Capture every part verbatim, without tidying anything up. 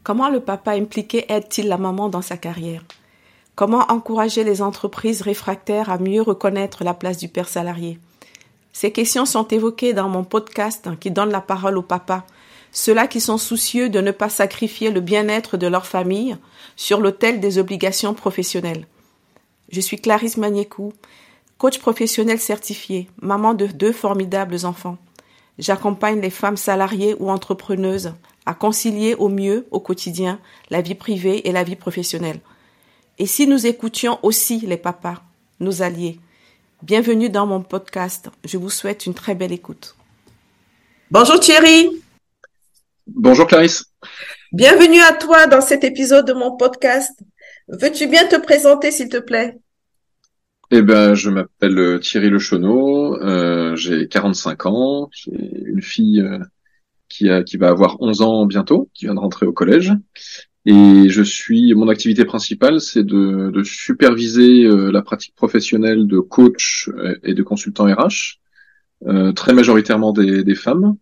Comment le papa impliqué aide-t-il la maman dans sa carrière? Comment encourager les entreprises réfractaires à mieux reconnaître la place du père salarié? Ces questions sont évoquées dans mon podcast qui donne la parole aux papas, ceux-là qui sont soucieux de ne pas sacrifier le bien-être de leur famille sur l'autel des obligations professionnelles. Je suis Clarisse Magnécou, coach professionnel certifié, maman de deux formidables enfants. J'accompagne les femmes salariées ou entrepreneuses à concilier au mieux au quotidien la vie privée et la vie professionnelle. Et si nous écoutions aussi les papas, nos alliés? Bienvenue dans mon podcast. Je vous souhaite une très belle écoute. Bonjour Thierry. Bonjour Clarisse. Bienvenue à toi dans cet épisode de mon podcast. Veux-tu bien te présenter s'il te plaît? Eh ben, je m'appelle Thierry Lechonneau, euh, j'ai quarante-cinq ans, j'ai une fille euh, qui a qui va avoir onze ans bientôt, qui vient de rentrer au collège, et je suis mon activité principale, c'est de, de superviser euh, la pratique professionnelle de coach et de consultant R H, euh, très majoritairement des, des femmes,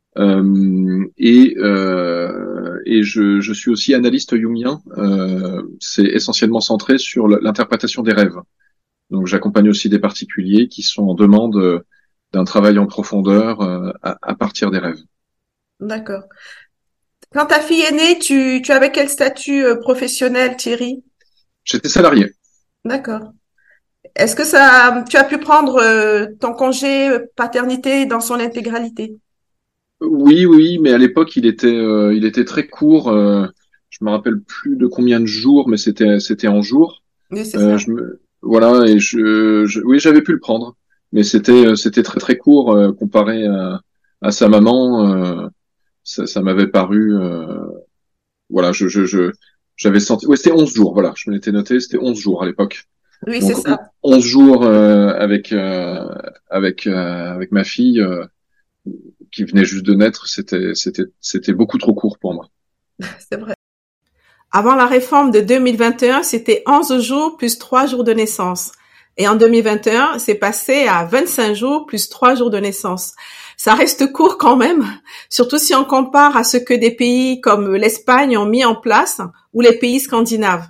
euh, et euh, et je, je suis aussi analyste jungien. Euh, c'est essentiellement centré sur l'interprétation des rêves. Donc j'accompagne aussi des particuliers qui sont en demande euh, d'un travail en profondeur euh, à, à partir des rêves. D'accord. Quand ta fille est née, tu, tu avais quel statut euh, professionnel, Thierry? J'étais salarié. D'accord. Est-ce que ça, tu as pu prendre euh, ton congé paternité dans son intégralité? Oui, oui, mais à l'époque il était euh, il était très court. Euh, je me rappelle plus de combien de jours, mais c'était c'était en jours. Oui, c'est Euh, ça. je me voilà et je, je oui j'avais pu le prendre, mais c'était c'était très très court euh, comparé à, à sa maman. Euh, ça, ça m'avait paru euh, voilà je je je j'avais senti. Oui, c'était onze jours. Voilà, je me l'étais noté. C'était onze jours à l'époque. Oui, c'est Donc on- ça. onze jours euh, avec euh, avec euh, avec ma fille euh, qui venait juste de naître, c'était c'était c'était beaucoup trop court pour moi. C'est vrai. Avant la réforme de deux mille vingt et un, c'était onze jours plus trois jours de naissance. Et en deux mille vingt et un, c'est passé à vingt-cinq jours plus trois jours de naissance. Ça reste court quand même, surtout si on compare à ce que des pays comme l'Espagne ont mis en place ou les pays scandinaves.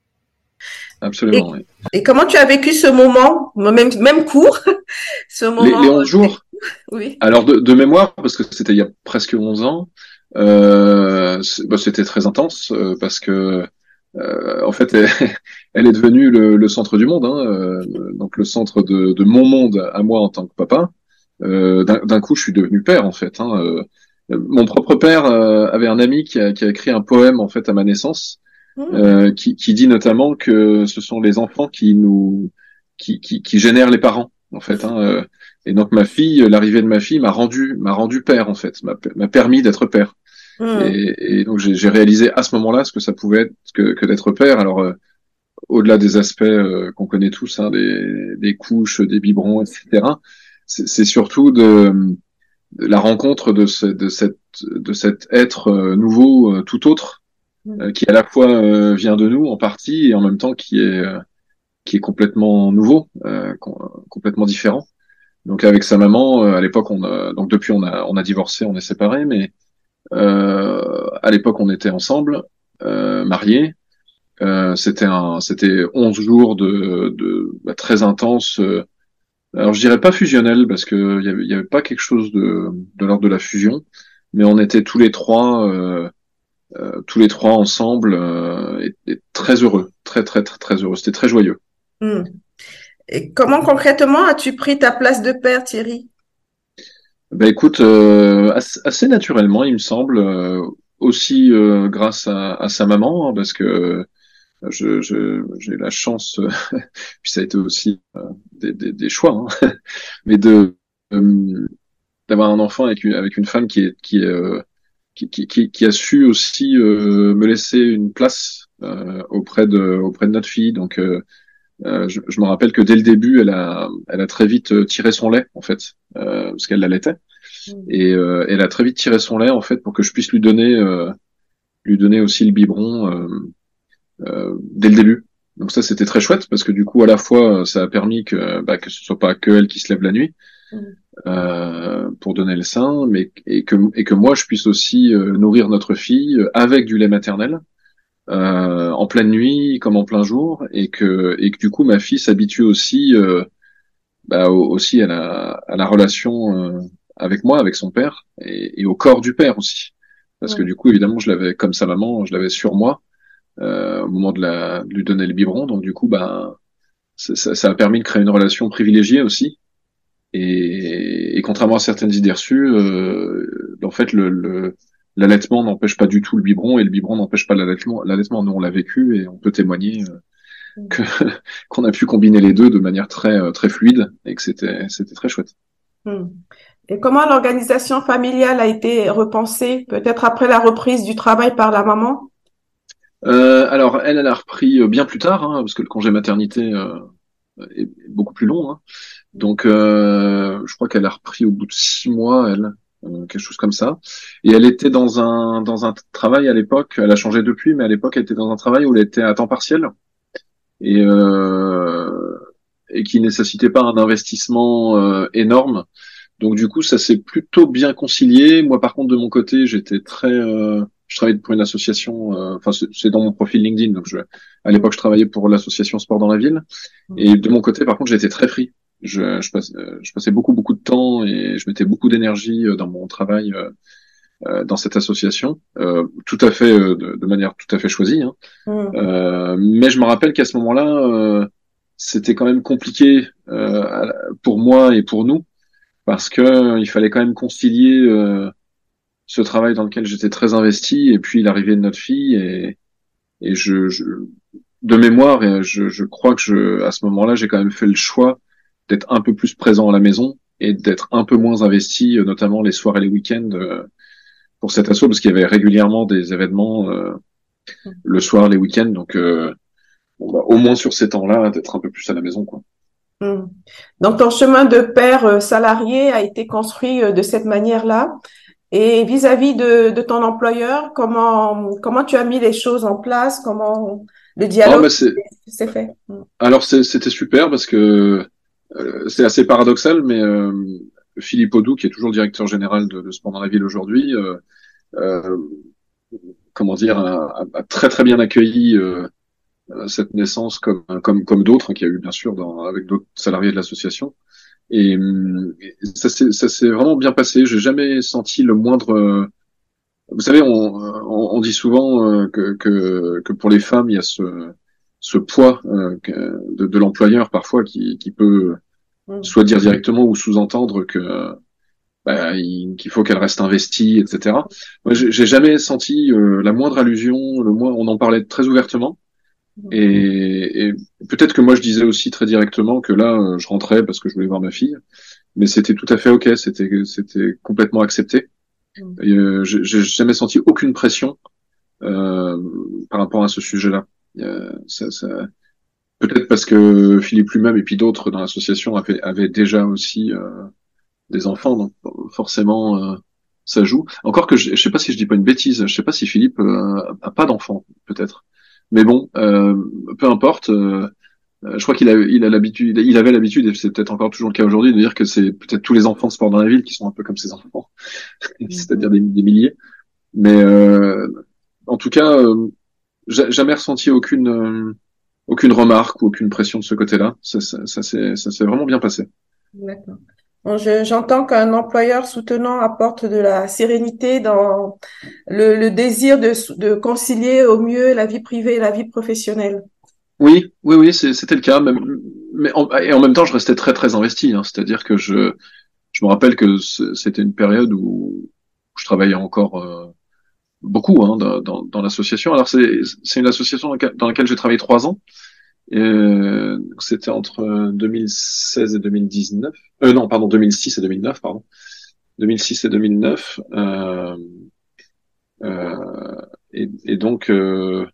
Et, Absolument. Oui. et comment tu as vécu ce moment, même, même court, ce Les, moment? les onze jours. Oui. Alors de, de mémoire, parce que c'était il y a presque onze ans, euh, bah, c'était très intense euh, parce que euh, en fait, elle, elle est devenue le, le centre du monde, hein, euh, donc le centre de, de mon monde à moi en tant que papa. Euh, d'un, d'un coup, je suis devenu père en fait. Hein, euh, mon propre père euh, avait un ami qui a, qui a écrit un poème en fait à ma naissance, Mmh. euh, qui, qui dit notamment que ce sont les enfants qui nous qui, qui, qui génèrent les parents en fait. Hein, euh, et donc ma fille, l'arrivée de ma fille m'a rendu m'a rendu père en fait, m'a, m'a permis d'être père. Mmh. Et, et donc j'ai, j'ai réalisé à ce moment-là ce que ça pouvait être que, que d'être père. Alors euh, au-delà des aspects euh, qu'on connaît tous, hein, des, des couches, des biberons, et cetera. C'est, c'est surtout de, de la rencontre de, ce, de cette de cet être euh, nouveau, euh, tout autre, Mmh. euh, qui à la fois euh, vient de nous en partie et en même temps qui est euh, qui est complètement nouveau, euh, com- complètement différent. Donc avec sa maman, euh, à l'époque, on a, donc depuis on a on a divorcé, on est séparés, mais euh, à l'époque on était ensemble, euh, mariés. Euh, c'était un, c'était onze jours de, de bah, très intense. Euh, alors je dirais pas fusionnel parce que il y avait, il y avait pas quelque chose de, de l'ordre de la fusion, mais on était tous les trois, euh, euh, tous les trois ensemble euh, et, et très heureux, très très très très heureux. C'était très joyeux. Mmh. Et comment concrètement as-tu pris ta place de père, Thierry? Ben écoute, euh, assez, assez naturellement, il me semble, euh, aussi euh, grâce à, à sa maman, hein, parce que je, je, j'ai eu la chance, euh, puis ça a été aussi euh, des, des, des choix, hein, mais de euh, d'avoir un enfant avec une, avec une femme qui est qui est euh, qui, qui, qui, qui a su aussi euh, me laisser une place euh, auprès de auprès de notre fille. Donc euh, euh, je, je me rappelle que dès le début, elle a elle a très vite euh, tiré son lait en fait, euh, parce qu'elle l'allaitait. Mmh. Et euh, elle a très vite tiré son lait en fait pour que je puisse lui donner euh, lui donner aussi le biberon euh, euh, dès le début. Donc ça c'était très chouette parce que du coup à la fois ça a permis que bah, que ce soit pas que elle qui se lève la nuit, Mmh. euh, pour donner le sein, mais et que et que moi je puisse aussi euh, nourrir notre fille avec du lait maternel euh, en pleine nuit comme en plein jour, et que et que du coup ma fille s'habitue aussi euh, bah, au- aussi à la à la relation euh, avec moi, avec son père, et, et au corps du père aussi, parce que Mm. du coup évidemment je l'avais comme sa maman, je l'avais sur moi euh, au moment de, la, de lui donner le biberon, donc du coup bah ça, ça, ça a permis de créer une relation privilégiée aussi. Et, et contrairement à certaines idées reçues, euh, en fait, le, le, l'allaitement n'empêche pas du tout le biberon, et le biberon n'empêche pas l'allaitement. L'allaitement, nous, on l'a vécu, et on peut témoigner euh, que qu'on a pu combiner les deux de manière très euh, très fluide, et que c'était c'était très chouette. Mm. Et comment l'organisation familiale a été repensée, peut-être après la reprise du travail par la maman? Euh, alors, elle, elle a repris euh, bien plus tard, hein, parce que le congé maternité euh, est beaucoup plus long. Hein. Donc, euh, je crois qu'elle a repris au bout de six mois, elle, euh, quelque chose comme ça. Et elle était dans un dans un travail à l'époque. Elle a changé depuis, mais à l'époque, elle était dans un travail où elle était à temps partiel et euh, et qui nécessitait pas un investissement euh, énorme. Donc, du coup, ça s'est plutôt bien concilié. Moi, par contre, de mon côté, j'étais très euh, je travaillais pour une association. euh, Enfin, c'est c'est dans mon profil LinkedIn. Donc, je, à Mm. l'époque, je travaillais pour l'association Sport dans la ville. Mm. Et de mon côté, par contre, j'étais très free. Je, je, passe- euh, je passais beaucoup, beaucoup de temps et je mettais beaucoup d'énergie euh, dans mon travail euh, euh, dans cette association, euh, tout à fait euh, de, de manière tout à fait choisie. Hein. Mm. Euh, mais je me rappelle qu'à ce moment-là, euh, c'était quand même compliqué euh, à- pour moi et pour nous parce que euh, il fallait quand même concilier euh, ce travail dans lequel j'étais très investi et puis l'arrivée de notre fille et, et je, je de mémoire, et je, je crois que je, à ce moment-là, j'ai quand même fait le choix d'être un peu plus présent à la maison et d'être un peu moins investi, euh, notamment les soirs et les week-ends, euh, pour cet assaut, parce qu'il y avait régulièrement des événements euh, le soir, les week-ends, donc euh, bon, bah, au moins sur ces temps-là, d'être un peu plus à la maison, quoi. Mm. Donc, ton chemin de père euh, salarié a été construit euh, de cette manière-là. Et vis-à-vis de, de ton employeur, comment, comment tu as mis les choses en place? Comment le Oh, dialogue bah c'est, s'est fait? Mm. alors c'est- c'était super parce que euh, c'est assez paradoxal, mais euh, Philippe Audou, qui est toujours le directeur général de, de Sport dans la ville aujourd'hui, euh, euh, comment dire, a, a- a très très bien accueilli euh, cette naissance comme comme comme d'autres, hein, qu'il y a eu bien sûr dans, avec d'autres salariés de l'association. Et, hum, et ça s'est ça s'est vraiment bien passé. J'ai jamais senti le moindre. euh, Vous savez, on, on, on dit souvent euh, que, que que pour les femmes, il y a ce ce poids euh, que- de, de l'employeur parfois qui qui peut Mm. soit dire directement ou sous-entendre que bah, il- qu'il faut qu'elle reste investie, et cetera. Moi, j'ai j'ai jamais senti euh, la moindre allusion. Le moins, on en parlait très ouvertement. Mm. Et, et peut-être que moi je disais aussi très directement que là euh, je rentrais parce que je voulais voir ma fille, mais c'était tout à fait ok, c'était c'était complètement accepté. Mm. Et, euh, j'ai j'ai jamais senti aucune pression euh, par rapport à ce sujet-là. Euh, ça, ça... Peut-être parce que Philippe lui-même et puis d'autres dans l'association avaient, avaient déjà aussi euh, des enfants, donc forcément euh, ça joue. Encore que je, je sais pas si je dis pas une bêtise, je sais pas si Philippe euh, a pas d'enfants, peut-être. Mais bon, euh, peu importe. Euh, Euh, je crois qu'il a, il a l'habitude, il avait l'habitude, et c'est peut-être encore toujours le cas aujourd'hui, de dire que c'est peut-être tous les enfants de sport dans la ville qui sont un peu comme ses enfants, c'est-à-dire des, des milliers. Mais euh, en tout cas, euh, j'ai jamais ressenti aucune euh, aucune remarque ou aucune pression de ce côté-là. Ça, ça, ça s'est ça s'est vraiment bien passé. D'accord. Bon, je- j'entends qu'un employeur soutenant apporte de la sérénité dans le, le désir de, de concilier au mieux la vie privée et la vie professionnelle. Oui, oui, oui, c'est- c'était le cas. Même, mais en, et en même temps, je restais très très investi. Hein, c'est-à-dire que je je me rappelle que c- c'était une période où je travaillais encore. Euh, beaucoup hein, dans, dans, dans l'association. Alors c'est c'est une association dans laquelle, dans laquelle j'ai travaillé trois ans. Et, euh, c'était entre deux mille seize et deux mille dix-neuf. Euh, non, pardon, deux mille six et deux mille neuf, pardon. deux mille six et deux mille neuf. Euh, euh, et, et donc euh,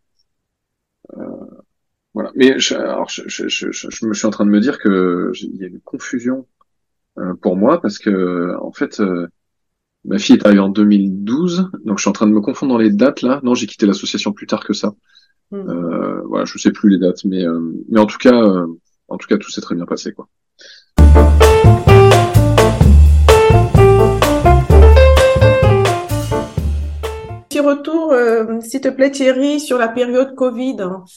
voilà. Mais je, alors je, je, je, je, je me suis en train de me dire que j'ai- il y a une confusion euh, pour moi parce que en fait euh, ma fille est arrivée en deux mille douze, donc je suis en train de me confondre dans les dates là. Non, j'ai quitté l'association plus tard que ça. Mm. Euh, voilà, je sais plus les dates, mais euh, mais en tout cas, euh, en tout cas, tout s'est très bien passé, quoi. Petit retour, euh, s'il te plaît, Thierry, sur la période Covid.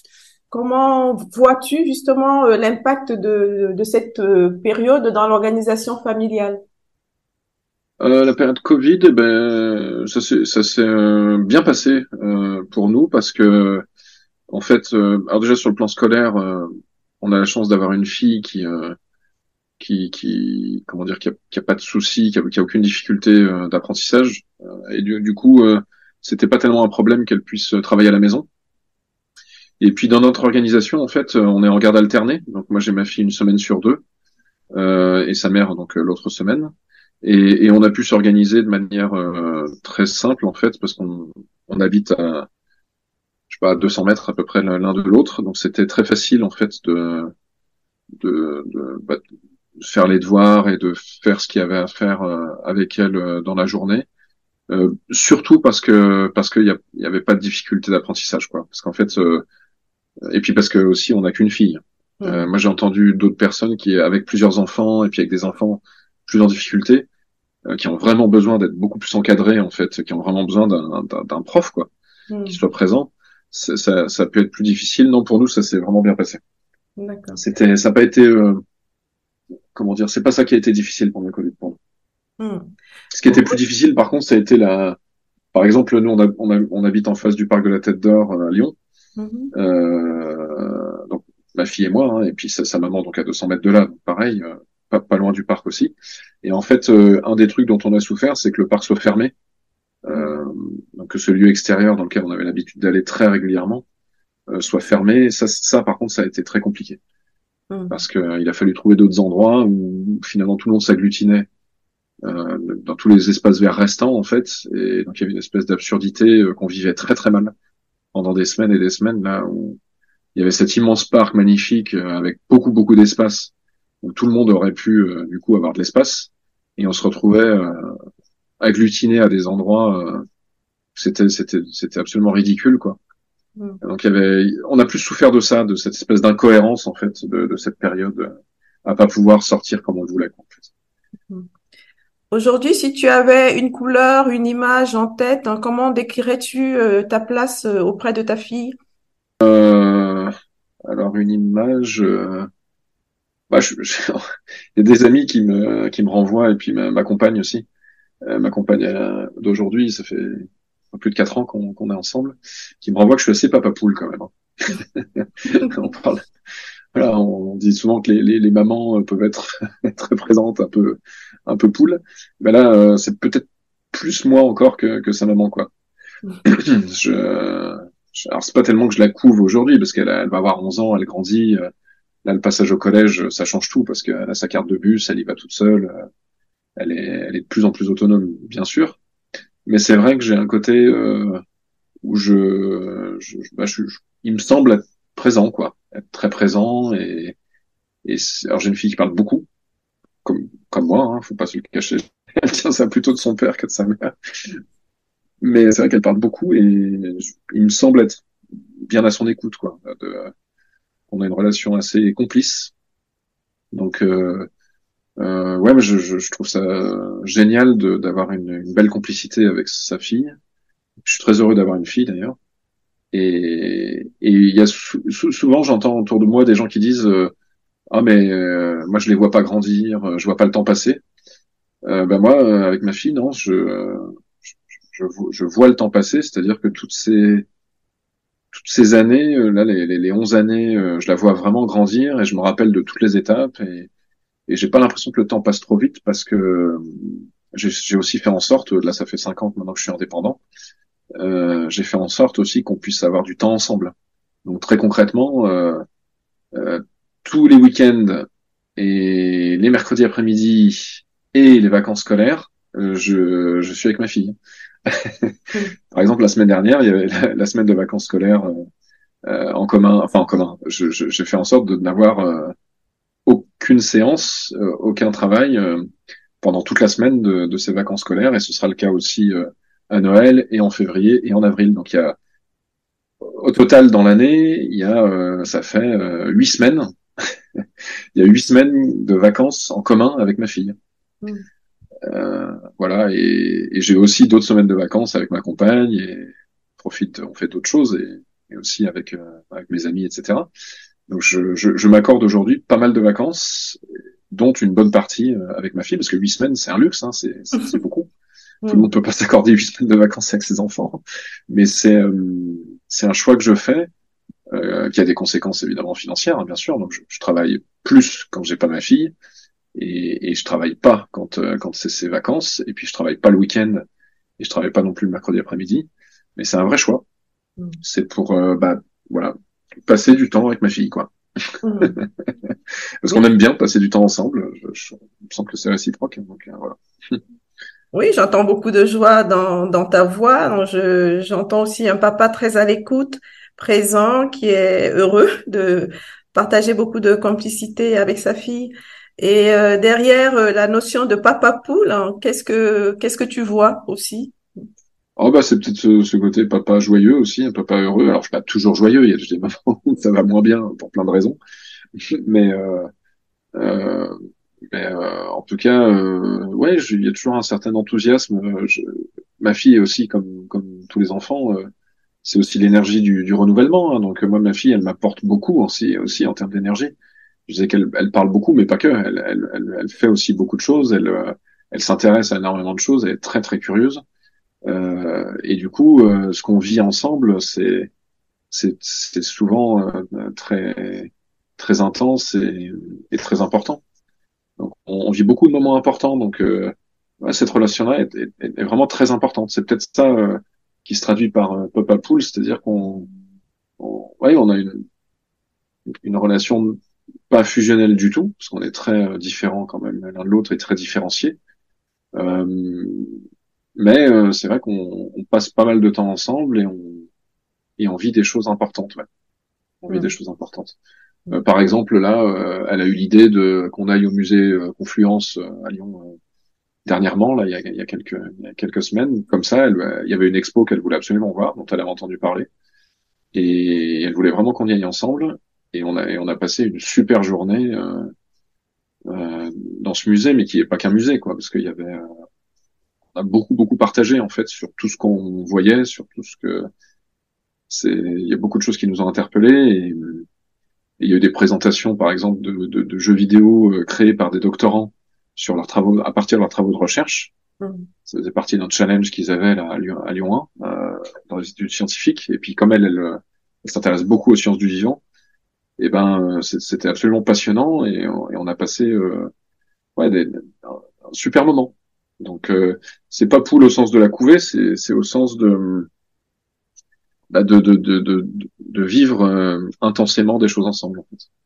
Comment vois-tu justement euh, l'impact de, de cette euh, période dans l'organisation familiale? Euh, la période Covid, eh ben, ça s'est ça s'est euh, bien passé euh, pour nous parce que en fait, euh, alors déjà sur le plan scolaire, euh, on a la chance d'avoir une fille qui euh, qui qui comment dire qui a, qui a pas de soucis, qui a, qui a aucune difficulté euh, d'apprentissage euh, et du, du coup euh, c'était pas tellement un problème qu'elle puisse euh, travailler à la maison. Et puis dans notre organisation, en fait, euh, on est en garde alternée. Donc moi j'ai ma fille une semaine sur deux euh, et sa mère donc euh, l'autre semaine. Et, et on a pu s'organiser de manière euh, très simple en fait parce qu'on on habite à je sais pas à deux cents mètres à peu près l'un de l'autre. Donc c'était très facile en fait de de, de, bah, de faire les devoirs et de faire ce qu'il y avait à faire euh, avec elle euh, dans la journée. Euh, surtout parce que parce qu'il y, a- il y avait pas de difficulté d'apprentissage quoi. Parce qu'en fait euh, et puis parce que aussi on n'a qu'une fille. Euh, Hmm. moi j'ai entendu d'autres personnes qui avec plusieurs enfants et puis avec des enfants plus en difficulté, euh, qui ont vraiment besoin d'être beaucoup plus encadrés en fait, qui ont vraiment besoin d'un d'un- d'un prof quoi, qui Hmm. soit présent. C'est- Ça, ça peut être plus difficile. Non, pour nous ça s'est vraiment bien passé. D'accord. C'était, ça n'a pas été, euh, comment dire, c'est pas ça qui a été difficile pendant le Covid pour nous. Hmm. Ce qui était plus difficile par contre, ça a été la, par exemple, nous on, a, on, a, on habite en face du parc de la Tête d'Or euh, à Lyon. Mhm. Euh, donc ma fille et moi, hein, et puis sa, sa maman donc à deux cents mètres de là, donc pareil, euh, pas, pas loin du parc aussi. Et en fait, euh, un des trucs dont on a souffert, c'est que le parc soit fermé, Hmm. euh, donc que ce lieu extérieur dans lequel on avait l'habitude d'aller très régulièrement euh, soit fermé. Ça, ça, par contre, ça a été très compliqué Hmm. parce que euh, il a fallu trouver d'autres endroits où finalement tout le monde s'agglutinait euh, dans tous les espaces verts restants en fait, et donc il y avait une espèce d'absurdité euh, qu'on vivait très très mal pendant des semaines et des semaines là où il y avait cet immense parc magnifique euh, avec beaucoup beaucoup d'espace où tout le monde aurait pu euh, du coup avoir de l'espace et on se retrouvait euh, agglutiné à des endroits euh, c'était c'était c'était absolument ridicule quoi. Hmm. Donc il y avait on a plus souffert de ça, de cette espèce d'incohérence en fait de, de cette période euh, à pas pouvoir sortir comme on le voulait quoi, en fait. Hmm. Aujourd'hui, si tu avais une couleur, une image en tête, hein, comment décrirais-tu euh, ta place euh, auprès de ta fille? Euh, alors une image euh, bah, je, je- il y a des amis qui me qui me renvoient et puis ma, ma compagne aussi. Euh, ma compagne euh, d'aujourd'hui, ça fait plus de quatre ans qu'on qu'on est ensemble, qui me renvoie que je suis assez papa poule quand même, hein. On parle, voilà, on dit souvent que les, les, les mamans euh, peuvent être très présentes, un peu un peu poule. Mais là, euh, c'est peut-être plus moi encore que, que sa maman, quoi. Je, je- alors c'est pas tellement que je la couve aujourd'hui, parce qu'elle a- elle va avoir onze ans, elle grandit. euh, Là, le passage au collège, ça change tout, parce qu'elle a sa carte de bus, elle y va toute seule. euh, Elle est, elle est de plus en plus autonome, bien sûr. Mais c'est vrai que j'ai un côté euh, où je, je, je- bah, je- je- il me semble être présent, quoi, être très présent. Et, et c'est- alors j'ai une fille qui parle beaucoup, comme comme moi, hein, faut pas se le cacher. Elle tient ça plutôt de son père que de sa mère. Mais c'est vrai qu'elle parle beaucoup et je- il me semble être bien à son écoute, quoi. De, on a une relation assez complice. Donc euh, euh, ouais, mais je, je, je trouve ça génial de d'avoir une, une belle complicité avec sa fille. Je suis très heureux d'avoir une fille d'ailleurs. Et et il y a sou- sou- souvent j'entends autour de moi des gens qui disent euh, ah mais euh, moi je les vois pas grandir, euh, je vois pas le temps passer. Euh, ben moi euh, avec ma fille non, je je, je, vo- je vois le temps passer, c'est-à-dire que toutes ces toutes ces années euh, là les, les, les onze années, euh, je la vois vraiment grandir et je me rappelle de toutes les étapes et et j'ai pas l'impression que le temps passe trop vite parce que euh, j'ai j'ai aussi fait en sorte, là ça fait cinq ans que maintenant que je suis indépendant, euh, j'ai fait en sorte aussi qu'on puisse avoir du temps ensemble. Donc très concrètement, euh, euh, tous les week-ends et les mercredis après-midi et les vacances scolaires, euh, je, je suis avec ma fille. Hmm. Par exemple, la semaine dernière, il y avait la, la semaine de vacances scolaires euh, euh, en commun, enfin en commun. Je, je, j'ai fait en sorte de n'avoir euh, aucune séance, euh, aucun travail euh, pendant toute la semaine de, de ces vacances scolaires, et ce sera le cas aussi euh, à Noël et en février et en avril. Donc il y a au total dans l'année, il y a euh, ça fait euh, huit semaines. Il y a huit semaines de vacances en commun avec ma fille. Hmm. Euh, voilà, et, et j'ai aussi d'autres semaines de vacances avec ma compagne et on profite, on fait d'autres choses et, et aussi avec euh, avec mes amis, et cetera. Donc je, je, je m'accorde aujourd'hui pas mal de vacances, dont une bonne partie euh, avec ma fille, parce que huit semaines c'est un luxe, hein, c'est c'est c'est beaucoup. Tout le Mm. monde peut pas s'accorder huit semaines de vacances avec ses enfants, mais c'est euh, c'est un choix que je fais, euh, qui a des conséquences évidemment financières, hein, bien sûr. Donc je, je travaille plus quand j'ai pas ma fille et, et je travaille pas quand euh, quand c'est ses vacances, et puis je travaille pas le week-end et je travaille pas non plus le mercredi après-midi. Mais c'est un vrai choix. Mm. C'est pour euh, bah voilà, passer du temps avec ma fille, quoi. Mm. Parce qu'on aime Oui, bien passer du temps ensemble. Je, je, il me semble que c'est réciproque. Donc euh, voilà. oui, j'entends beaucoup de joie dans, dans ta voix. Donc, Je, j'entends aussi un papa très à l'écoute, présent, qui est heureux de partager beaucoup de complicité avec sa fille. Et euh, derrière euh, la notion de papa poule, hein, qu'est-ce que qu'est-ce que tu vois aussi? Oh bah c'est peut-être ce, ce côté papa joyeux aussi, un papa heureux. Alors je suis pas toujours joyeux, il y a des moments où ça va moins bien pour plein de raisons. Mais euh, euh, mais euh, en tout cas, euh, ouais, je- il y a toujours un certain enthousiasme. Euh, Je, ma fille est aussi comme comme tous les enfants, euh, c'est aussi l'énergie du, du renouvellement, hein. Donc euh, moi, ma fille, elle m'apporte beaucoup aussi aussi en termes d'énergie. Je disais qu'elle elle parle beaucoup, mais pas que. Elle elle elle, elle fait aussi beaucoup de choses. Elle euh, elle s'intéresse à énormément de choses. Elle est très très curieuse. Euh, et du coup, euh, ce qu'on vit ensemble, c'est c'est c'est souvent euh, très très intense et, et très important. Donc, on, on vit beaucoup de moments importants. Donc, euh, ouais, cette relation-là est, est, est vraiment très importante. C'est peut-être ça euh, qui se traduit par euh, Papa Pool, c'est-à-dire qu'on, on, ouais, on a une, une relation pas fusionnelle du tout, parce qu'on est très euh, différents quand même l'un de l'autre et très différenciés. Euh, mais euh, c'est vrai qu'on on passe pas mal de temps ensemble et on, et on vit des choses importantes. Ouais. On vit des Mm. choses importantes. Euh, par exemple, là, euh, elle a eu l'idée de qu'on aille au musée euh, Confluence euh, à Lyon euh, dernièrement, là, il y a, il y a quelques, il y a quelques semaines. Comme ça, elle, euh, il y avait une expo qu'elle voulait absolument voir, dont elle avait entendu parler, et elle voulait vraiment qu'on y aille ensemble. Et on a, et on a passé une super journée euh, euh, dans ce musée, mais qui est pas qu'un musée, quoi, parce qu'il y avait, euh, on a beaucoup, beaucoup partagé en fait sur tout ce qu'on voyait, sur tout ce que c'est. Il y a beaucoup de choses qui nous ont interpellés. Et, Et il y a eu des présentations, par exemple, de, de, de jeux vidéo euh, créés par des doctorants sur leurs travaux, à partir de leurs travaux de recherche. Mm. Ça faisait partie d'un challenge qu'ils avaient là, à Lyon, à Lyon un, euh, dans les études scientifiques. Et puis, comme elle, elle, euh, elle s'intéresse beaucoup aux sciences du vivant, et ben, euh, c'est- c'était absolument passionnant et, on et on a passé euh, ouais, des, un, un super moment. Donc, euh, c'est pas poule au sens de la couvée, c'est c'est au sens de, bah, de, de, de, de, de vivre euh, intensément des choses ensemble, en fait.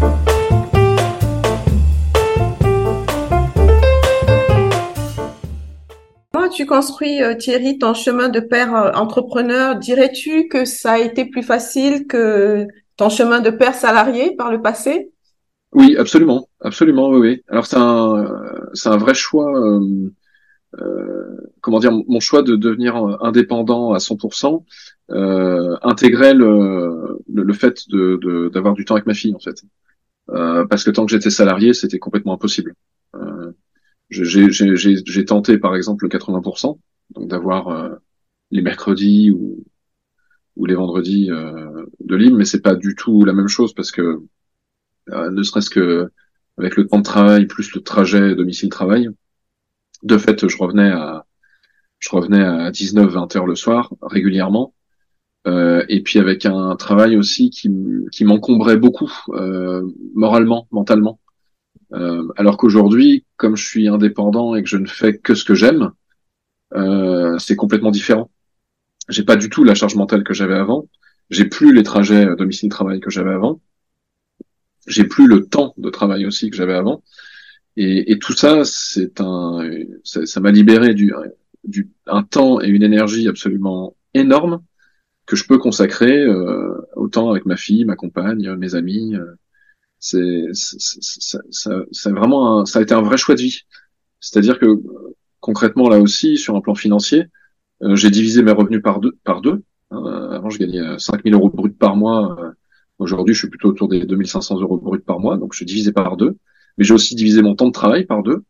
Comment tu construis, euh, Thierry, ton chemin de père euh, entrepreneur? Dirais-tu que ça a été plus facile que ton chemin de père salarié par le passé? Oui, absolument, absolument, oui, oui. Alors c'est un, euh, c'est un vrai choix. Euh, euh, comment dire, mon choix de devenir indépendant à cent pour cent euh, intégrait le, le, le fait de, de- d'avoir du temps avec ma fille en fait. Euh, parce que tant que j'étais salarié, c'était complètement impossible. Euh, j'ai, j'ai, j'ai, j'ai tenté par exemple le quatre-vingts pour cent, donc d'avoir euh, les mercredis ou, ou les vendredis euh, de libre, mais c'est pas du tout la même chose parce que euh, ne serait-ce que avec le temps de travail plus le trajet domicile-travail. De fait, je revenais à, je revenais à dix-neuf, vingt heures le soir régulièrement, euh, et puis avec un travail aussi qui, m- qui m'encombrait beaucoup euh, moralement, mentalement. Euh, alors qu'aujourd'hui, comme je suis indépendant et que je ne fais que ce que j'aime, euh, c'est complètement différent. J'ai pas du tout la charge mentale que j'avais avant. J'ai plus les trajets euh, domicile-travail que j'avais avant. J'ai plus le temps de travail aussi que j'avais avant. Et, et tout ça, c'est un, ça ça m'a libéré du, du, un temps et une énergie absolument énorme que je peux consacrer euh, autant avec ma fille, ma compagne, mes amis. euh, C'est, c'est, c'est- ça, ça, c'est vraiment un, ça a été un vrai choix de vie. C'est-à-dire que euh, concrètement là aussi, sur un plan financier, euh, j'ai divisé mes revenus par deux. Par deux. Euh, avant, je gagnais euh, cinq mille euros bruts par mois. Euh, aujourd'hui, je suis plutôt autour des deux mille cinq cents euros bruts par mois, donc je suis divisé par deux. Mais j'ai aussi divisé mon temps de travail par deux.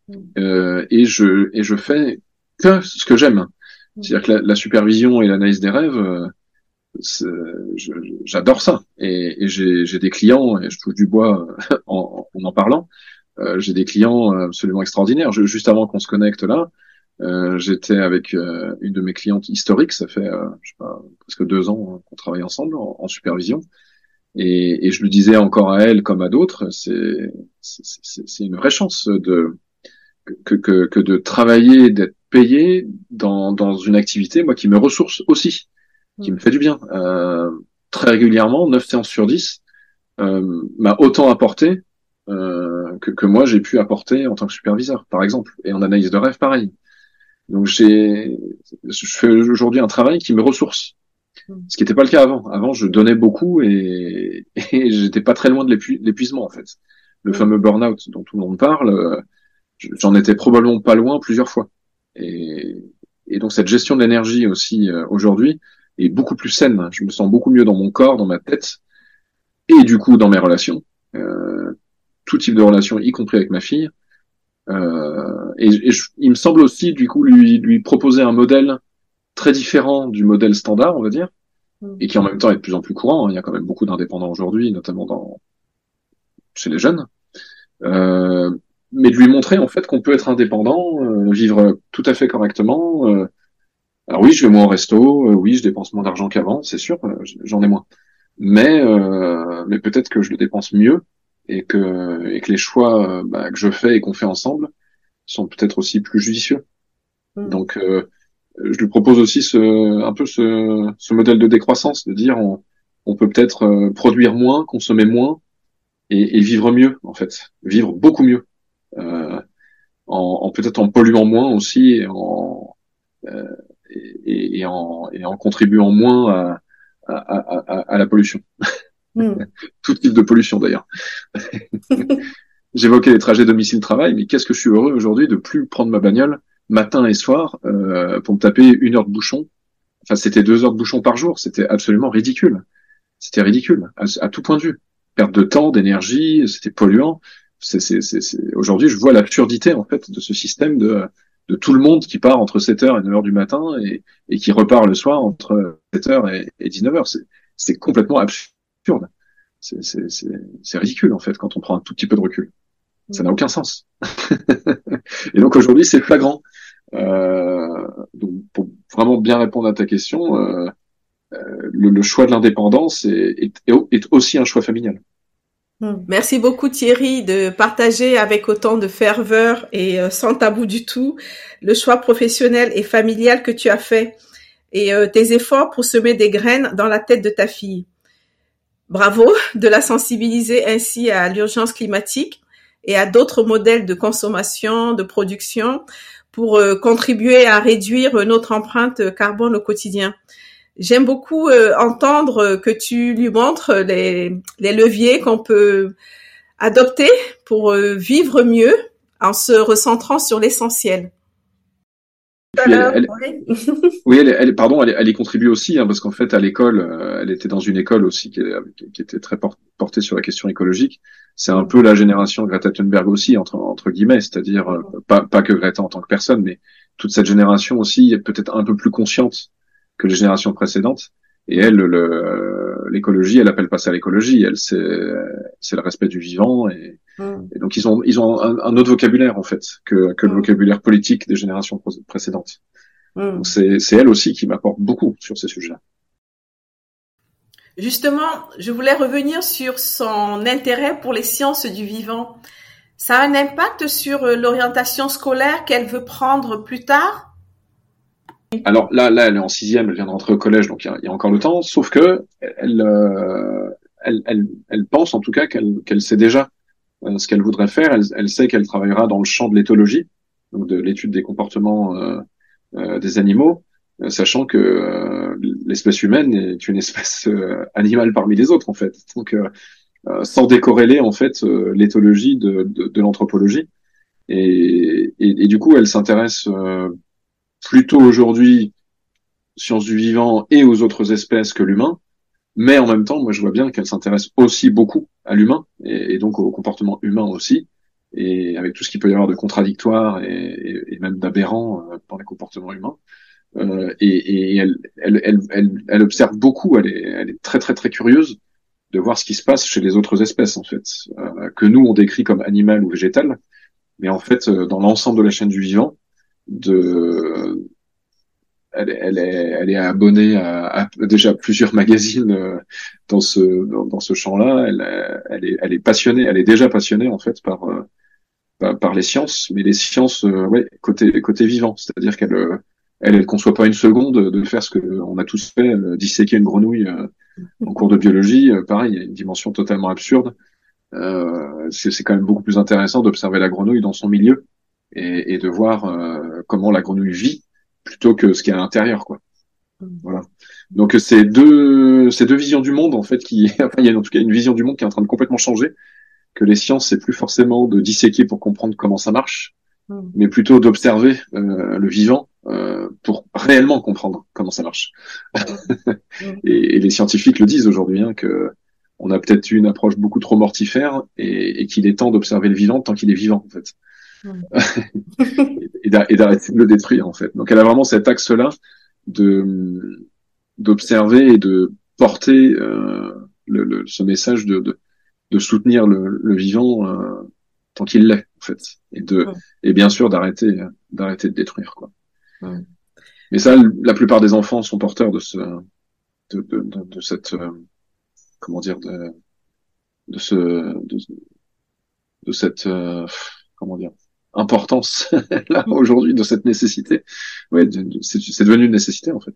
euh, et je et je fais que ce que j'aime. C'est-à-dire que la, la supervision et l'analyse des rêves, euh, c'est- je- j'adore ça. Et, et j'ai j'ai des clients, et je touche du bois en, en en parlant. Euh, j'ai des clients absolument extraordinaires. Je- juste avant qu'on se connecte là, euh, j'étais avec euh, une de mes clientes historiques. Ça fait euh, je sais pas, presque deux ans qu'on travaille ensemble en, en supervision. Et, et je le disais encore à elle comme à d'autres, c'est c'est c'est- c'est une vraie chance de que, que, que de travailler, d'être payé dans, dans une activité, moi, qui me ressource aussi, qui me fait du bien. Euh, très régulièrement, neuf séances sur dix, euh, m'a autant apporté euh, que, que moi, j'ai pu apporter en tant que superviseur, par exemple. Et en analyse de rêve, pareil. Donc, j'ai, je fais aujourd'hui un travail qui me ressource. Ce qui n'était pas le cas avant. Avant, je donnais beaucoup et, et j'étais pas très loin de l'épu- l'épuisement, en fait. Le fameux burn-out dont tout le monde parle, euh, j'en étais probablement pas loin plusieurs fois. Et, et donc cette gestion de l'énergie aussi euh, aujourd'hui est beaucoup plus saine. Je me sens beaucoup mieux dans mon corps, dans ma tête, et du coup dans mes relations, euh, tout type de relations, y compris avec ma fille. Euh, et et je, il me semble aussi du coup lui, lui proposer un modèle très différent du modèle standard, on va dire, et qui en même temps est de plus en plus courant. Il y a quand même beaucoup d'indépendants aujourd'hui, notamment dans, chez les jeunes. Euh, mais de lui montrer en fait qu'on peut être indépendant, euh, vivre tout à fait correctement. Euh, alors oui, je vais moins au resto, euh, oui, je dépense moins d'argent qu'avant, c'est sûr, euh, j'en ai moins. Mais euh, mais peut-être que je le dépense mieux et que et que les choix euh, bah, que je fais et qu'on fait ensemble sont peut-être aussi plus judicieux. Donc euh, je lui propose aussi ce un peu ce ce modèle de décroissance, de dire on on peut peut-être euh, produire moins, consommer moins et, et vivre mieux en fait, vivre beaucoup mieux. Euh, en, en peut-être en polluant moins aussi et en, euh, et, et en, et en contribuant moins à, à, à, à la pollution. Mm. Tout type de pollution d'ailleurs. J'évoquais les trajets domicile-travail, mais qu'est-ce que je suis heureux aujourd'hui de plus prendre ma bagnole matin et soir euh, pour me taper une heure de bouchon. Enfin, c'était deux heures de bouchon par jour. C'était absolument ridicule. C'était ridicule à, à tout point de vue. Perte de temps, d'énergie, c'était polluant. C'est, c'est, c'est, c'est... Aujourd'hui, je vois l'absurdité en fait de ce système de, de tout le monde qui part entre sept heures et neuf heures du matin et, et qui repart le soir entre sept heures et, et dix-neuf heures. C'est, c'est complètement absurde. C'est, c'est, c'est, c'est ridicule en fait quand on prend un tout petit peu de recul. Ça n'a aucun sens. Et donc aujourd'hui, c'est flagrant. Euh, donc pour vraiment bien répondre à ta question, euh, le, le choix de l'indépendance est, est, est aussi un choix familial. Merci beaucoup Thierry de partager avec autant de ferveur et euh, sans tabou du tout le choix professionnel et familial que tu as fait et euh, tes efforts pour semer des graines dans la tête de ta fille. Bravo de la sensibiliser ainsi à l'urgence climatique et à d'autres modèles de consommation, de production pour euh, contribuer à réduire notre empreinte carbone au quotidien. J'aime beaucoup euh, entendre que tu lui montres les, les leviers qu'on peut adopter pour euh, vivre mieux en se recentrant sur l'essentiel. Et puis elle, elle, oui, elle, elle, pardon, elle, elle y contribue aussi, hein, parce qu'en fait, à l'école, euh, elle était dans une école aussi qui, qui était très portée sur la question écologique. C'est un peu la génération Greta Thunberg aussi, entre, entre guillemets, c'est-à-dire euh, pas, pas que Greta en tant que personne, mais toute cette génération aussi est peut-être un peu plus consciente que les générations précédentes. Et elle, le, l'écologie, elle appelle pas ça l'écologie, elle, c'est, c'est le respect du vivant. Et, et donc, ils ont, ils ont un, un autre vocabulaire, en fait, que, que le vocabulaire politique des générations précédentes. Donc c'est, c'est elle aussi qui m'apporte beaucoup sur ces sujets-là. Justement, je voulais revenir sur son intérêt pour les sciences du vivant. Ça a un impact sur l'orientation scolaire qu'elle veut prendre plus tard? Alors là, là, elle est en sixième, elle vient de rentrer au collège, donc il y a, il y a encore le temps. Sauf que elle, euh, elle, elle, elle pense en tout cas qu'elle, qu'elle sait déjà euh, ce qu'elle voudrait faire. Elle, elle sait qu'elle travaillera dans le champ de l'éthologie, donc de l'étude des comportements euh, euh, des animaux, euh, sachant que euh, l'espèce humaine est une espèce euh, animale parmi les autres en fait. Donc euh, euh, sans décorréler en fait euh, l'éthologie de, de, de l'anthropologie. Et, et, et du coup, elle s'intéresse euh, plutôt aujourd'hui sciences du vivant et aux autres espèces que l'humain. Mais en même temps, moi, je vois bien qu'elle s'intéresse aussi beaucoup à l'humain et, et donc au comportement humain aussi. et avec tout ce qu'il peut y avoir de contradictoire et, et, et même d'aberrant euh, dans les comportements humains. Euh, et et elle, elle, elle, elle, elle observe beaucoup, elle est, elle est très très très curieuse de voir ce qui se passe chez les autres espèces en fait, euh, que nous on décrit comme animales ou végétales, mais en fait euh, dans l'ensemble de la chaîne du vivant, de elle, elle est, elle est abonnée à, à déjà plusieurs magazines euh, dans ce dans, dans ce champ-là. Elle, elle est, elle est passionnée, elle est déjà passionnée en fait par euh, par, par les sciences, mais les sciences, euh, ouais, côté côté vivant, c'est-à-dire qu'elle euh, elle, elle conçoit pas une seconde de faire ce que on a tous fait, euh, disséquer une grenouille euh, en cours de biologie. Euh, pareil, il y a une dimension totalement absurde. Euh, c'est, c'est quand même beaucoup plus intéressant d'observer la grenouille dans son milieu et, et de voir euh, comment la grenouille vit plutôt que ce qu'il y a à l'intérieur, quoi. Voilà. Donc c'est deux, c'est deux visions du monde en fait qui, enfin il y a en tout cas une vision du monde qui est en train de complètement changer. Que les sciences c'est plus forcément de disséquer pour comprendre comment ça marche, Mm. mais plutôt d'observer euh, le vivant euh, pour réellement comprendre comment ça marche. Mm. et, et les scientifiques le disent aujourd'hui, hein, que on a peut-être eu une approche beaucoup trop mortifère et, et qu'il est temps d'observer le vivant tant qu'il est vivant en fait, Mm. et, d'a- et d'arrêter de le détruire en fait. Donc elle a vraiment cet axe-là de d'observer et de porter euh, le, le, ce message de, de, de soutenir le, le vivant euh, tant qu'il l'est en fait, et de Mm. et bien sûr d'arrêter d'arrêter de détruire quoi. Mm. Mais ça, la plupart des enfants sont porteurs de ce de, de, de, de cette euh, comment dire de de ce de, de cette euh, comment dire importance là aujourd'hui, de cette nécessité. Ouais, de, de, c'est, c'est devenu une nécessité en fait.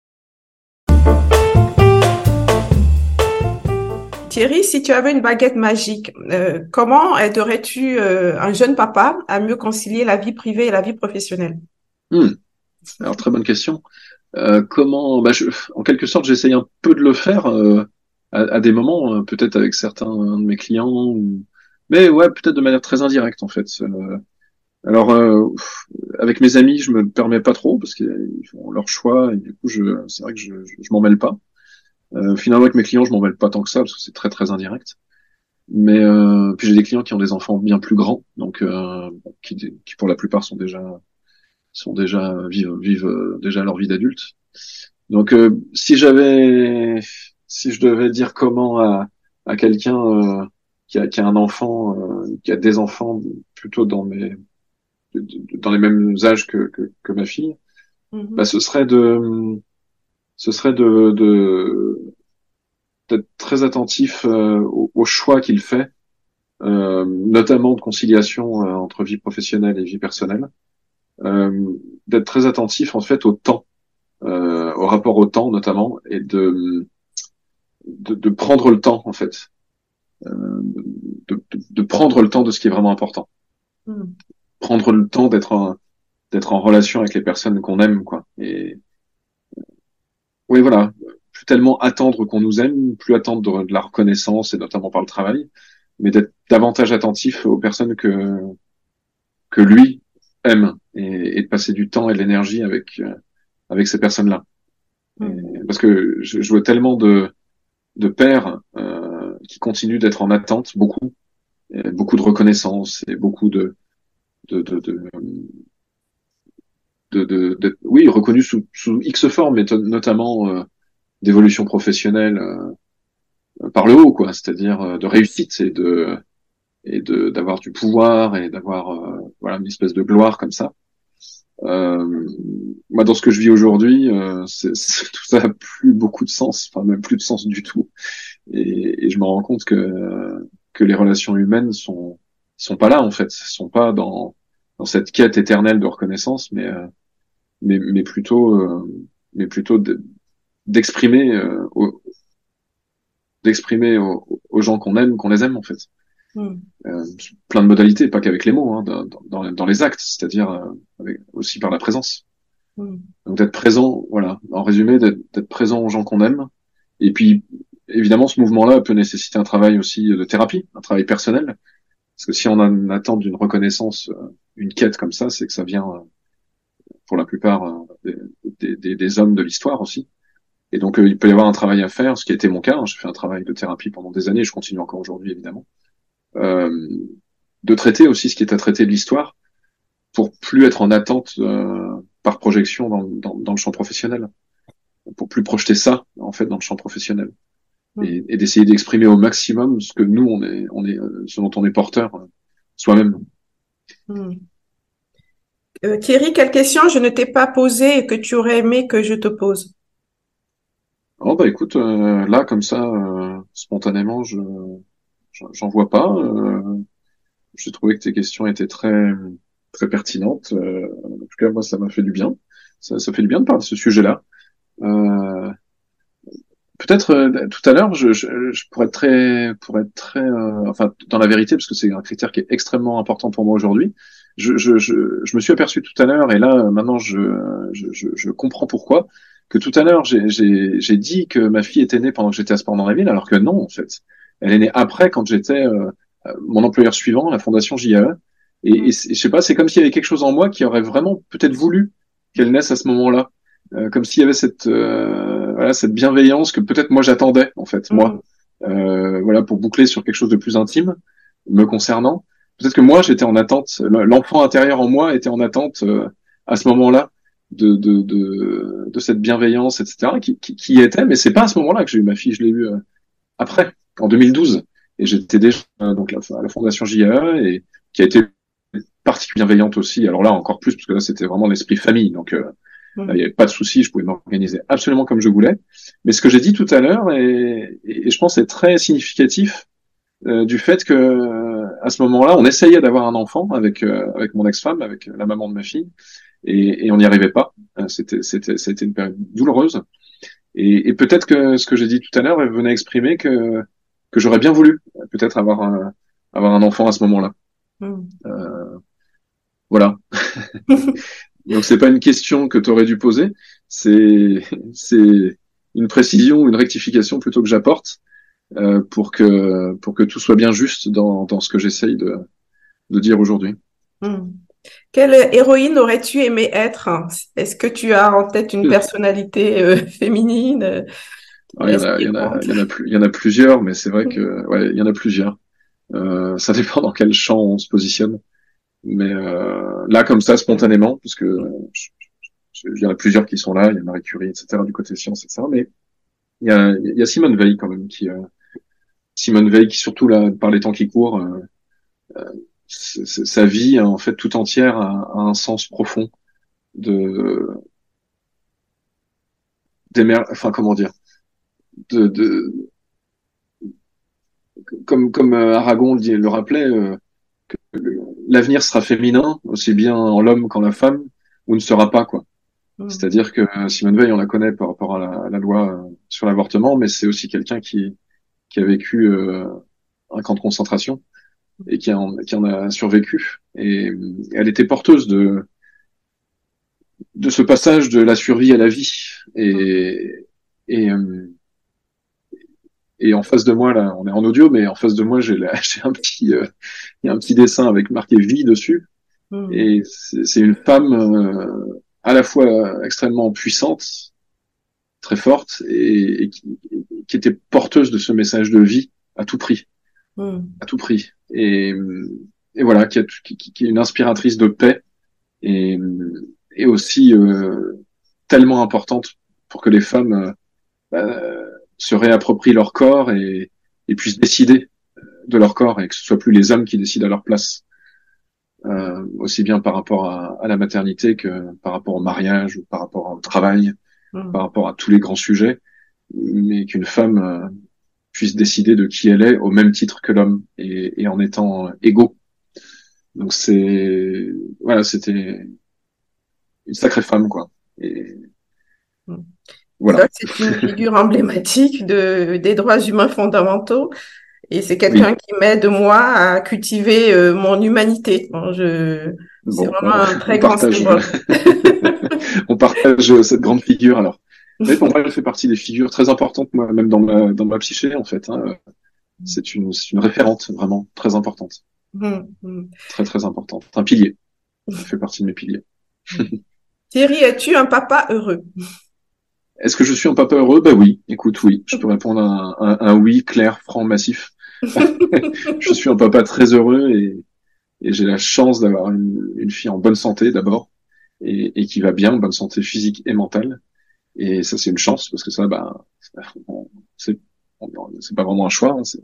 Thierry, si tu avais une baguette magique, euh, comment aiderais-tu euh, un jeune papa à mieux concilier la vie privée et la vie professionnelle? Hmm. Alors très bonne question. Euh, comment, bah, je, en quelque sorte, j'essaye un peu de le faire euh, à, à des moments, euh, peut-être avec certains de mes clients, ou... mais ouais, peut-être de manière très indirecte en fait. Euh, alors, euh, avec mes amis, je me permets pas trop parce qu'ils font leur choix et du coup, je, c'est vrai que je, je, je m'en mêle pas. Euh, finalement, avec mes clients, je m'en mêle pas tant que ça parce que c'est très très indirect. Mais euh, puis j'ai des clients qui ont des enfants bien plus grands, donc euh, qui, qui pour la plupart sont déjà sont déjà vivent vivent euh, déjà leur vie d'adulte. Donc, euh, si j'avais, si je devais dire comment à, à quelqu'un euh, qui a, qui a un enfant, euh, qui a des enfants plutôt dans mes, dans les mêmes âges que, que, que ma fille, bah, Mhm. ce serait de, ce serait de, de d'être très attentif euh, au, au choix qu'il fait, euh, notamment de conciliation euh, entre vie professionnelle et vie personnelle, euh, d'être très attentif en fait au temps, euh, au rapport au temps notamment, et de de, de prendre le temps en fait, euh, de, de, de prendre le temps de ce qui est vraiment important, Mhm. prendre le temps d'être en, d'être en relation avec les personnes qu'on aime quoi. Et oui voilà, plus tellement attendre qu'on nous aime, plus attendre de, de la reconnaissance et notamment par le travail, mais d'être davantage attentif aux personnes que que lui aime et, et de passer du temps et de l'énergie avec euh, avec ces personnes-là. Et- Mhm. parce que je, je vois tellement de de pères euh, qui continuent d'être en attente, beaucoup, et beaucoup de reconnaissance et beaucoup de de, de, de, de, de, de- oui, reconnu sous, sous X formes, mais to- notamment euh, d'évolution professionnelle euh, par le haut, quoi, c'est-à-dire euh, de réussite et de et de d'avoir du pouvoir et d'avoir euh, voilà une espèce de gloire comme ça. Euh, Moi, dans ce que je vis aujourd'hui, euh, c'est, c'est- tout ça a plus beaucoup de sens, enfin même plus de sens du tout. Et, et je me rends compte que que les relations humaines sont sont pas là en fait, sont pas dans dans cette quête éternelle de reconnaissance, mais euh, mais, mais plutôt, euh, mais plutôt de- d'exprimer, euh, aux, d'exprimer aux, aux gens qu'on aime, qu'on les aime en fait. Mhm. Euh, Plein de modalités, pas qu'avec les mots, hein, dans, dans, dans les actes, c'est-à-dire euh, avec, aussi par la présence. Mhm. Donc d'être présent, voilà, en résumé, d'être, d'être présent aux gens qu'on aime. Et puis, évidemment, ce mouvement-là peut nécessiter un travail aussi de thérapie, un travail personnel, parce que si on en attend d'une reconnaissance, euh, une quête comme ça, c'est que ça vient, euh, pour la plupart, euh, des, des, des hommes de l'histoire aussi. Et donc, euh, il peut y avoir un travail à faire, ce qui a été mon cas. Hein. J'ai fait un travail de thérapie pendant des années, je continue encore aujourd'hui, évidemment. Euh, de traiter aussi ce qui est à traiter de l'histoire pour plus être en attente euh, par projection dans, dans, dans le champ professionnel, pour plus projeter ça en fait dans le champ professionnel Mm. et, et d'essayer d'exprimer au maximum ce que nous on est, on est, euh, ce dont on est porteur euh, soi-même. Mm. Euh, Thierry, quelle question je ne t'ai pas posée et que tu aurais aimé que je te pose? Oh bah écoute, euh, là comme ça, euh, spontanément, je j'en j'en vois pas. Euh, j'ai trouvé que tes questions étaient très très pertinentes. Euh, en tout cas, moi, ça m'a fait du bien. Ça, ça fait du bien de parler de ce sujet-là. Euh, Peut-être euh, tout à l'heure, je, je, je pourrais être très, pour être très, euh, enfin, dans la vérité, parce que c'est un critère qui est extrêmement important pour moi aujourd'hui. Je, je, je, je me suis aperçu tout à l'heure, et là maintenant je, je, je, je comprends pourquoi, que tout à l'heure j'ai, j'ai, j'ai dit que ma fille était née pendant que j'étais à Sport dans la ville, alors que non, en fait, elle est née après, quand j'étais euh, euh, mon employeur suivant, la Fondation J A E. Et, et c'est- je sais pas, c'est comme s'il y avait quelque chose en moi qui aurait vraiment peut-être voulu qu'elle naisse à ce moment-là. Euh, comme s'il y avait cette euh, voilà cette bienveillance que peut-être moi j'attendais en fait moi Mm. euh, voilà pour boucler sur quelque chose de plus intime me concernant, peut-être que moi j'étais en attente, l'enfant intérieur en moi était en attente euh, à ce moment-là de de de, de cette bienveillance etc qui, qui qui y était, mais c'est pas à ce moment-là que j'ai eu ma fille, je l'ai eu euh, après en deux mille douze et j'étais déjà euh, donc à la Fondation J A E et qui a été particulièrement bienveillante aussi, alors là encore plus parce que là c'était vraiment l'esprit famille donc euh, il n'y Mm. avait pas de souci, je pouvais m'organiser absolument comme je voulais. Mais ce que j'ai dit tout à l'heure, et, et je pense est très significatif euh, du fait que euh, à ce moment-là, on essayait d'avoir un enfant avec euh, avec mon ex-femme, avec la maman de ma fille, et, et on n'y arrivait pas. Euh, C'était c'était c'était une période douloureuse. Et, et peut-être que ce que j'ai dit tout à l'heure venait exprimer que que j'aurais bien voulu euh, peut-être avoir un avoir un enfant à ce moment-là. Mm. Euh, voilà. Donc c'est pas une question que tu aurais dû poser, c'est c'est une précision, une rectification plutôt que j'apporte euh, pour que pour que tout soit bien juste dans dans ce que j'essaye de de dire aujourd'hui. Mm. Quelle héroïne aurais-tu aimé être? Est-ce que tu as en tête une personnalité euh, féminine euh, Alors, il y en a il y en a inspirante? il y en a plus il y en a plusieurs, mais c'est vrai que ouais il y en a plusieurs. Euh, ça dépend dans quel champ on se positionne. Mais euh, là comme ça spontanément, parce que je- je- il y en a plusieurs qui sont là, il y a Marie Curie, et cetera du côté science, et cetera. Mais il y a il y a Simone Veil quand même qui euh, Simone Veil qui surtout là par les temps qui courent. Euh, c'est- c'est- sa vie en fait tout entière a, a un sens profond de d'émer enfin comment dire de, de comme comme euh, Aragon le, dit- le rappelait euh, le- l'avenir sera féminin aussi bien en l'homme qu'en la femme ou ne sera pas quoi, Mm. c'est-à-dire que euh, Simone Veil on la connaît par rapport à la, à la loi euh, sur l'avortement, mais c'est aussi quelqu'un qui qui a vécu euh, un camp de concentration et qui en, qui en a survécu, et euh, elle était porteuse de de ce passage de la survie à la vie. Et, et, euh, et en face de moi, là, on est en audio, mais en face de moi, j'ai la- j'ai un petit, euh, il y a un petit dessin avec marqué vie dessus. Mm. Et c'est c'est une femme euh, à la fois extrêmement puissante, très forte, et, et qui, qui était porteuse de ce message de vie à tout prix, Mm. à tout prix. Et, et voilà, qui, a, qui, qui est une inspiratrice de paix et, et aussi euh, tellement importante pour que les femmes euh, bah, se réapproprient leur corps et, et puissent décider de leur corps et que ce soit plus les hommes qui décident à leur place, euh, aussi bien par rapport à, à la maternité que par rapport au mariage ou par rapport au travail, par Mm. rapport à tous les grands sujets, mais qu'une femme euh, puisse décider de qui elle est au même titre que l'homme et, et en étant égaux. Donc c'est voilà, c'était une sacrée femme quoi. Et Mm. Et voilà. donc, c'est une figure emblématique de, des droits humains fondamentaux et c'est quelqu'un Oui. qui m'aide, moi, à cultiver euh, mon humanité. Bon, je, c'est Bon, vraiment on, un on très grand partage, symbole. on partage cette grande figure. Alors, oui, pour moi, elle fait partie des figures très importantes, moi, même dans ma, dans ma psyché, en fait. Hein. C'est une, c'est une référente vraiment très importante, Mm. Mm. très très importante, un pilier. Elle fait partie de mes piliers. Thierry, es-tu un papa heureux? Est-ce que je suis un papa heureux? Bah oui. Écoute, oui. Je peux répondre à un, un, un oui clair, franc, massif. Je suis un papa très heureux et, et j'ai la chance d'avoir une, une fille en bonne santé d'abord et, et qui va bien, bonne santé physique et mentale. Et ça, c'est une chance parce que ça, bah, c'est c'est pas vraiment un choix, hein, c'est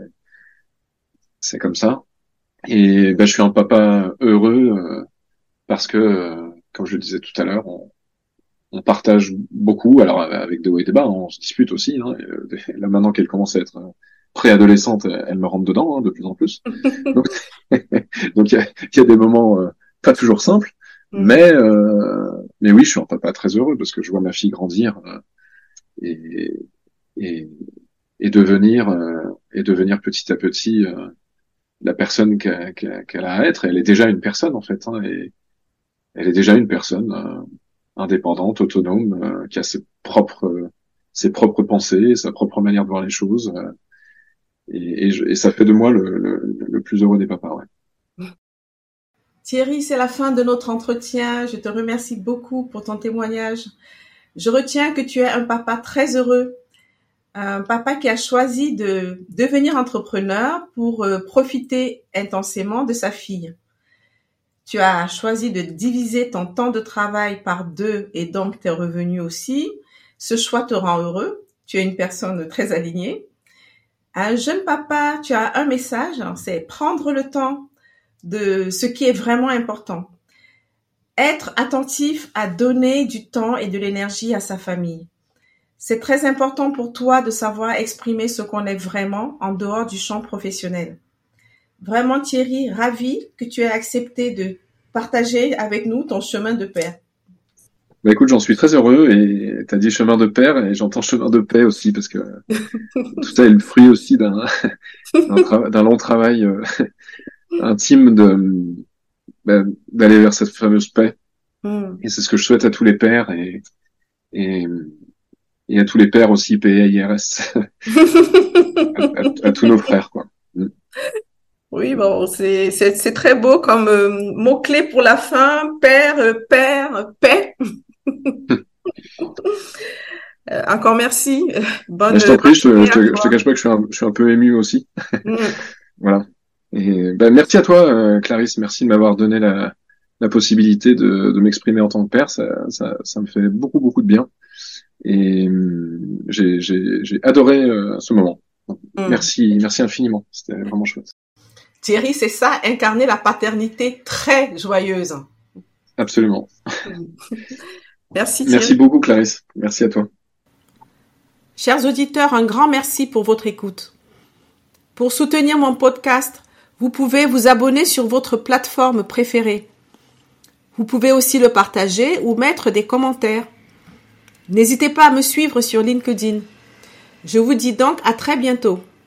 c'est comme ça. Et bah, je suis un papa heureux euh, parce que, euh, comme je le disais tout à l'heure, on, on partage beaucoup. Alors avec de hauts et des bas, hein, on se dispute aussi. Hein, et, euh, là maintenant qu'elle commence à être euh, préadolescente, elle me rentre dedans hein, de plus en plus. Donc donc il y a, y a des moments euh, pas toujours simples, mmh. mais euh, mais oui, je suis un papa très heureux parce que je vois ma fille grandir euh, et, et et devenir euh, et devenir petit à petit euh, la personne qu'elle, qu'elle a à être. Et elle est déjà une personne en fait, hein, et elle est déjà une personne euh, indépendante, autonome, euh, qui a ses propres euh, ses propres pensées, sa propre manière de voir les choses. Euh, et, et, je, et ça fait de moi le, le, le plus heureux des papas. Ouais. Thierry, c'est la fin de notre entretien. Je te remercie beaucoup pour ton témoignage. Je retiens que tu es un papa très heureux, un papa qui a choisi de devenir entrepreneur pour euh, profiter intensément de sa fille. Tu as choisi de diviser ton temps de travail par deux et donc tes revenus aussi. Ce choix te rend heureux. Tu es une personne très alignée. À un jeune papa, tu as un message, c'est prendre le temps de ce qui est vraiment important. Être attentif à donner du temps et de l'énergie à sa famille. C'est très important pour toi de savoir exprimer ce qu'on est vraiment en dehors du champ professionnel. Vraiment, Thierry, ravi que tu aies accepté de partager avec nous ton chemin de père. Bah écoute, j'en suis très heureux et tu as dit chemin de père et j'entends chemin de paix aussi parce que tout ça est le fruit aussi d'un, d'un, tra- d'un long travail euh, intime de, bah, d'aller vers cette fameuse paix. Mm. Et c'est ce que je souhaite à tous les pères et, et, et à tous les pères aussi, P A I R S, à, à, à tous nos frères, quoi. Mm. Oui, bon, c'est, c'est, c'est très beau comme euh, mot-clé pour la fin, père, euh, père, paix. euh, encore merci. Bonne, bah, je t'en prie, je te, je, te, je te cache pas que je suis un, je suis un peu ému aussi. Mm. Voilà. Et ben, merci à toi, euh, Clarisse. Merci de m'avoir donné la, la possibilité de, de m'exprimer en tant que père. Ça, ça, ça me fait beaucoup, beaucoup de bien. Et euh, j'ai, j'ai, j'ai adoré euh, ce moment. Donc, mm. Merci, merci infiniment. C'était vraiment chouette. Thierry, c'est ça, incarner la paternité très joyeuse. Absolument. Merci Thierry. Merci beaucoup, Clarisse. Merci à toi. Chers auditeurs, un grand merci pour votre écoute. Pour soutenir mon podcast, vous pouvez vous abonner sur votre plateforme préférée. Vous pouvez aussi le partager ou mettre des commentaires. N'hésitez pas à me suivre sur LinkedIn. Je vous dis donc à très bientôt.